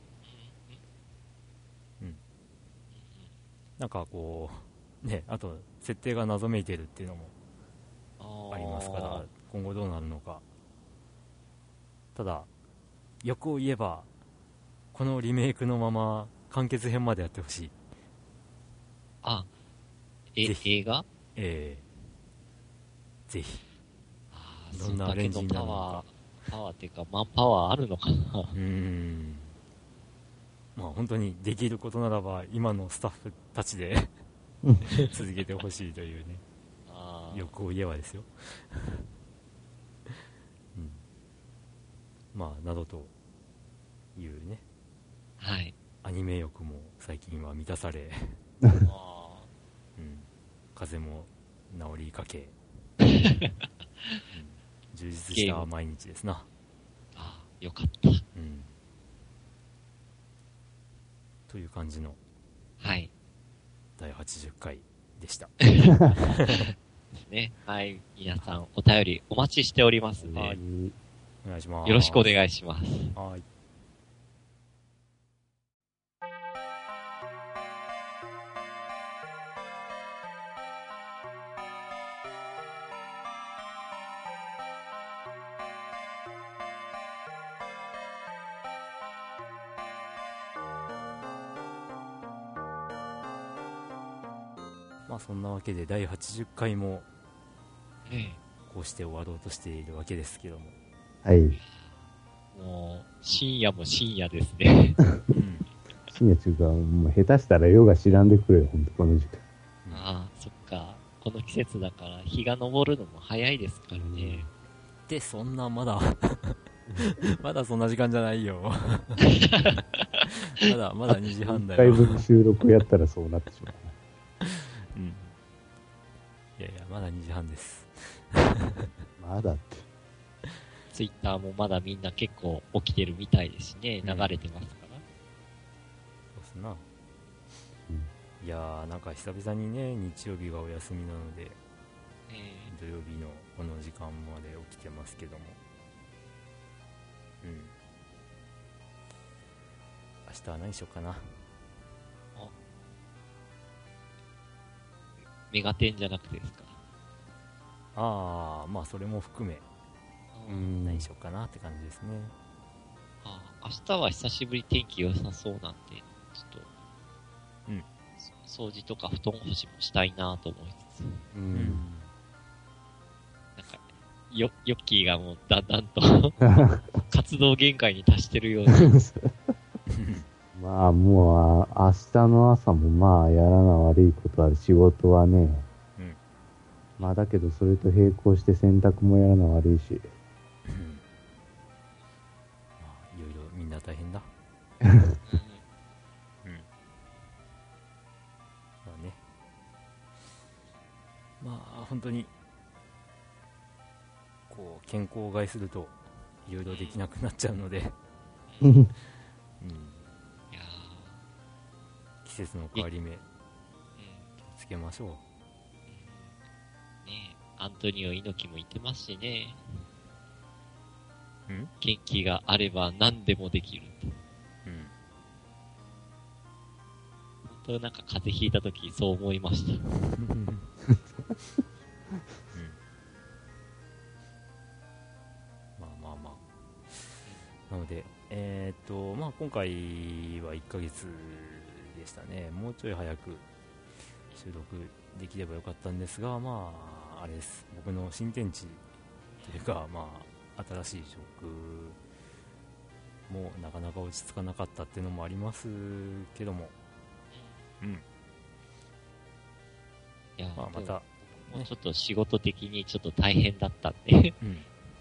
うん、なんかこうね、あと設定が謎めいてるっていうのもありますから、今後どうなるのか。ただ欲を言えばこのリメイクのまま完結編までやってほしい。 あ、え、映画？ えー、ぜひ。 あ、 どんなアレンジになるのか。 パワーっていうかマンパワーあるのかな。 うーん、まあ本当にできることならば今のスタッフたちで続けてほしいというね、あ、欲を言えばですよ、うん、まあなどというね、 はい、 アニメ欲も最近は満たされあ、うん、風邪も治りかけ、うん、充実した毎日ですな。 あ、よかった、うん、 という感じの、 はい、 だいはちじゅっかいでしたですね。はい、皆さんお便りお待ちしておりますね。はい、 お願いします。 よろしくお願いします。 はい。まあそんなわけでだいはちじゅっかいもこうして終わろうとしているわけですけども、 はい、 もう深夜も深夜ですね、うん、 深夜中か、もう下手したら夜が知らんでくれよ、ほんとこの時間。 ああ、そっか、この季節だから日が昇るのも早いですからね。 で、そんなまだまだそんな時間じゃないよまだまだにじはんだよ。いっかいぶん収録やったらそうなってしまううん、いやいやまだにじはんですまだって。 ツイッターもまだみんな結構起きてるみたいですしね、流れてますから、うん、 そうっすな、うん、いやーなんか久々にね日曜日がお休みなので、えー、土曜日のこの時間まで起きてますけども、うん、明日は何しようかな。 メガテンじゃなくてですか。 ああ、まあそれも含め、うん、何しようかなって感じですね。 ああ、明日は久しぶり天気良さそうなんで、ちょっと、うん、掃除とか布団干しもしたいなと思いつつ、うん、なんかヨヨッキーがもうだんだんと活動限界に達してるような。 まあもう、あ明日の朝もまあやらな悪いことある仕事はね。うん。まあだけどそれと並行して洗濯もやらな悪いし。うん。まあいろいろみんな大変だ。うん。まあね。まあ本当にこう健康を害するといろいろできなくなっちゃうので。うん。季節の変わり目、うん、気をつけましょう、うん、ねえアントニオ猪木も言ってますしね、 うん、 元気があれば何でもできる、うん、本当なんか風邪ひいた時そう思いました、うん、 まあまあまあなのでえー、っとまあ今回はいっかげつでしたね。もうちょい早く収録できればよかったんですが、まああれです、僕の新天地というか、まあ新しい職もなかなか落ち着かなかったっていうのもありますけども、うん。 いや、 まあ、また、 もうちょっと仕事的にちょっと大変だったんで、うん。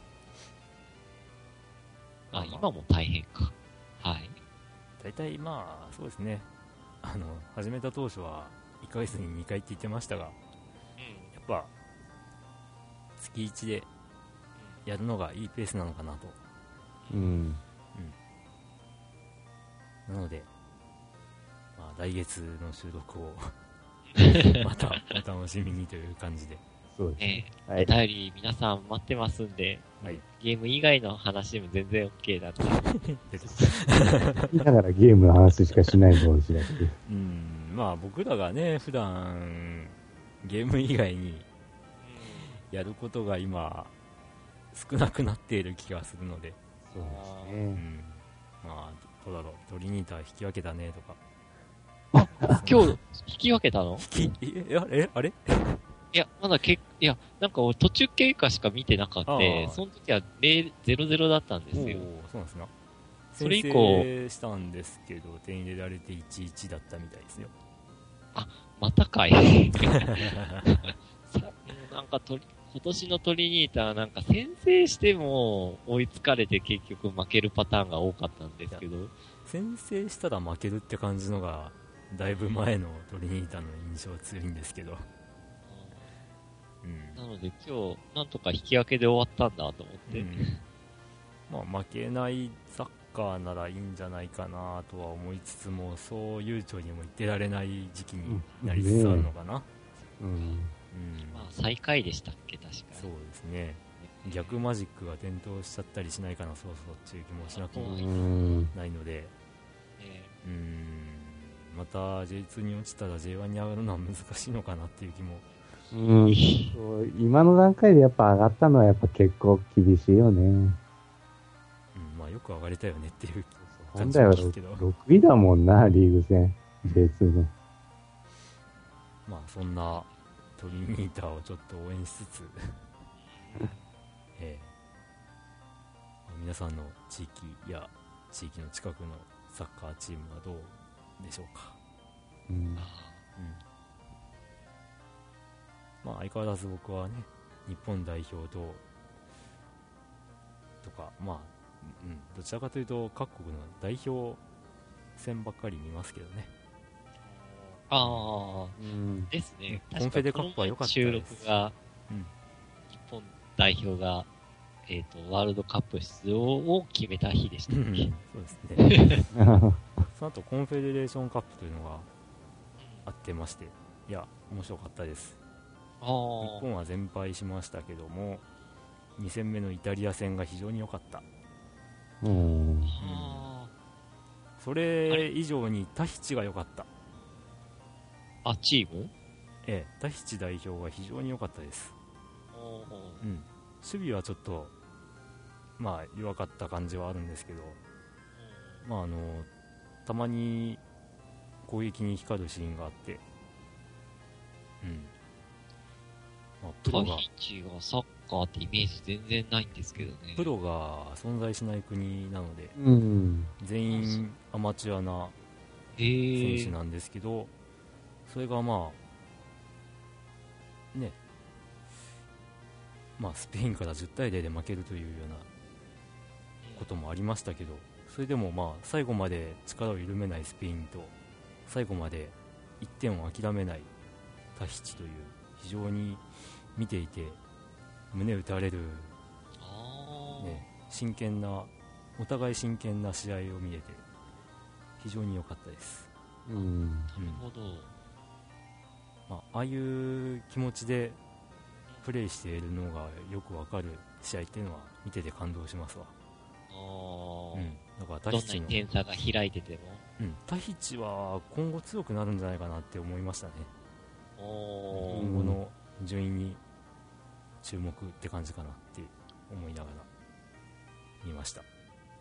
まあ今も大変か。はい。 大体まあそうですね。あの始めた当初はいっかげつににかいって言ってましたが、うん、やっぱ月いちでやるのがいいペースなのかなと、 うんうん、 なので、まあ、来月の収録をまたお楽しみにという感じで、 そうですね、 えーはい、お便り皆さん待ってますんで、はい、ゲーム以外の話でも全然 OK だってだからゲームの話しかしないかもしれないけど、 うん、まあ僕らがね普段ゲーム以外にやることが今少なくなっている気がするので、 そうですね、うん、 まあどうだろう、トリニータ引き分けたねとか、 あ、今日引き分けたの？ 引きええあれいや、まだけ、いや、なんか俺途中経過しか見てなかった。その時はゼロゼロだったんですよ。 そうなんですな。 それ以降。 先制したんですけど、点入れられていちいちだったみたいですよ。 あ、またかい。なんかと、今年のトリニータはなんか先制しても追いつかれて結局負けるパターンが多かったんですけど。 先制したら負けるって感じのが、だいぶ前のトリニータの印象強いんですけど。 うん、なので今日なんとか引き分けで終わったんだと思って、うん、 まあ負けないサッカーならいいんじゃないかなとは思いつつも、そう悠長にも言ってられない時期になりつつあるのかな、 うんうんうん、まあ最下位でしたっけ確かに。 そうですね、逆マジックが点灯しちゃったりしないかな、そうそうっていう気もしなくもないので、うん、また ジェイツー に落ちたら ジェイワン に上がるのは難しいのかなっていう気も。 うん、そう今の段階でやっぱ上がったのはやっぱ結構厳しいよね。うん、 まあよく上がれたよねっていう感じですけど。ろくいだもんな、リーグ戦、ジェイツー の。 まあそんなトリニーターをちょっと応援しつつ、ええ、皆さんの地域や地域の近くのサッカーチームはどうでしょうか。うん、うん、まあ相変わらず僕はね、日本代表ととか、まあ、うん、どちらかというと各国の代表戦ばっかり見ますけどね。 ああ、うん、ですね。 コンフェデカップは良かったです。 収録が、うん、日本代表が、えっと、ワールドカップ出場を決めた日でしたね。うん、 そうですね。その後コンフェデレーションカップというのがあってまして、いや、面白かったです。日本は全敗しましたけども、に戦目のイタリア戦が非常に良かった。うん、うん、それ以上にタヒチが良かった。 あ、チーム？ ええ、タヒチ代表が非常に良かったです。うん、守備はちょっとまあ弱かった感じはあるんですけど、まああのたまに攻撃に光るシーンがあって、うん。 まあ、タヒチがサッカーってイメージ全然ないんですけどね。 プロが存在しない国なので、 うん。 全員アマチュアなへー選手なんですけど、それがまあね、まあスペインからじゅうたいゼロで負けるというようなこともありましたけど、それでもまあ最後まで力を緩めないスペインと、最後までいってんを諦めないタヒチという、非常に見ていて胸打たれる、 あーね、真剣な、お互い真剣な試合を見れて非常に良かったです。 うん。 なるほど。 まあ、ああいう気持ちでプレーしているのがよくわかる試合っていうのは見てて感動しますわ。 あーうん、だからタどんなにヒチの、 点差が開いてても。 うん、タヒチは今後強くなるんじゃないかなって思いましたね。 おー今後の順位に注目って感じかなって思いながら見ました。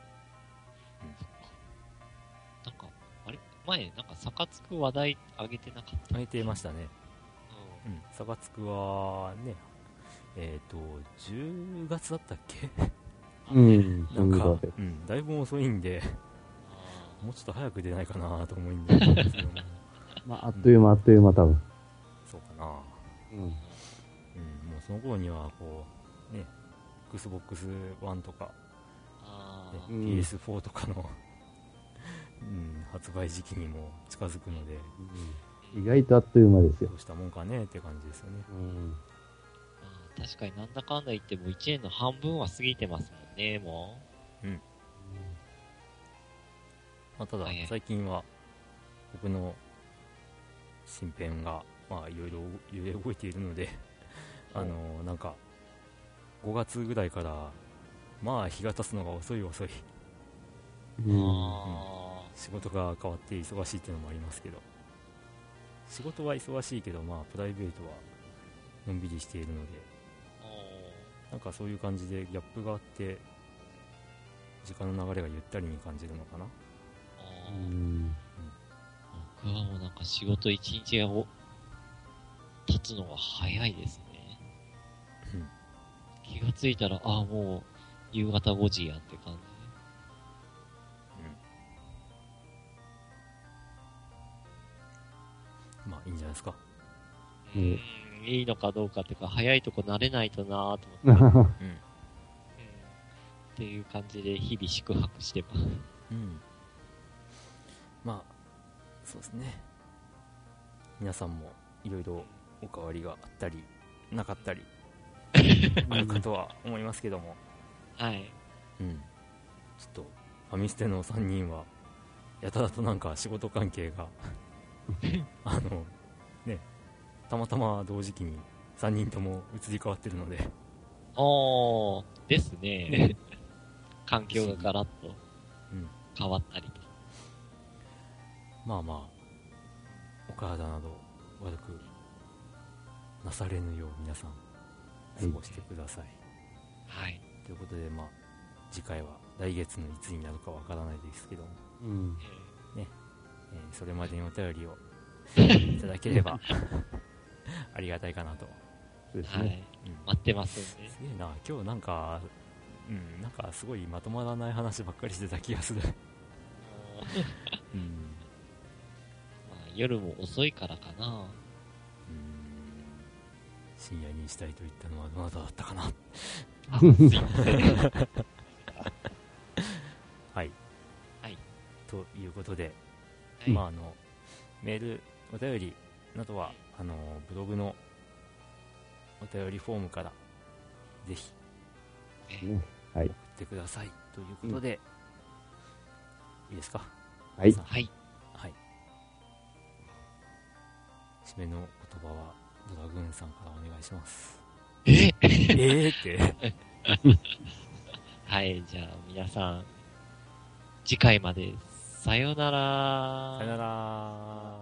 なんか、あれ前、なんか、サカツク話題上げてなかった。 上げてましたね。 ううん、サガツクはね、えっ、とじゅうがつだったっけうん。 なんか、 そういううん、だいぶ遅いんで、 あもうちょっと早く出ないかなと思うんですけどもまあ、あっという間、あっという間、多分。 そうかな、 うん。 うん、もうその頃にはこうね Xbox One とか、ねあー、 うんピーエスフォー とかの、うん、発売時期にも近づくので、 意外とあっという間ですよど。うしたもんかねって感じですよね。 うん。 あー確かになんだかんだ言ってもいちねんの半分は過ぎてますもんね、もまあ、ただはい最近は僕の身辺がまあいろいろ揺れ動いているのであのなんかごがつぐらいからまあ日が経つのが遅い遅い、 う。 うん。 あ仕事が変わって忙しいっていうのもありますけど、仕事は忙しいけどまあプライベートはのんびりしているので、 ーあなんかそういう感じでギャップがあって時間の流れがゆったりに感じるのかな。 ーあうーん。 僕はもうなんか仕事一日が経つのが早いですね。 うん気がついたら、ああ、もう夕方ごじやって感じ。 まあいいんじゃないですか。 うんうん、いいのかどうかっていうか、早いとこ慣れないとなぁと思って、うん、 うんっていう感じで日々宿泊してます。 うんまあそうですね、皆さんもいろいろお変わりがあったりなかったりあるかとは思いますけども、 はい。 うん、ちょっとファミステのさんにんはやたらとなんか仕事関係があのねたまたま同時期にさんにんとも移り変わってるので、 おー、ですね。 ね環境がガラッとうん、 変わったりと。 まあまあお体など悪くなされぬよう皆さん過ごしてください、 はい。 ということで、まあ、次回は来月のいつになるかわからないですけども、 うん。 えーそれまでにお便りをいただければありがたいかなと、 そうですね。 はい。 うん、 待ってますんで。 すげえな今日なんか、うん、なんかすごいまとまらない話ばっかりしてた気がする、うんまあ、夜も遅いからかな。 うん、深夜にしたいと言ったのはどなただったかなあ、すいません。 はい、 はい。 ということで、 はい。 まあ、あのメール、お便りなどはあのブログのお便りフォームからぜひね。はい。 送ってくださいということで、いいですか。 はい。 さんはい。 はい、締めの言葉はドラグーンさんからお願いします。 ええーってはい、じゃあ皆さん、次回まで、さようなら。 さよなら。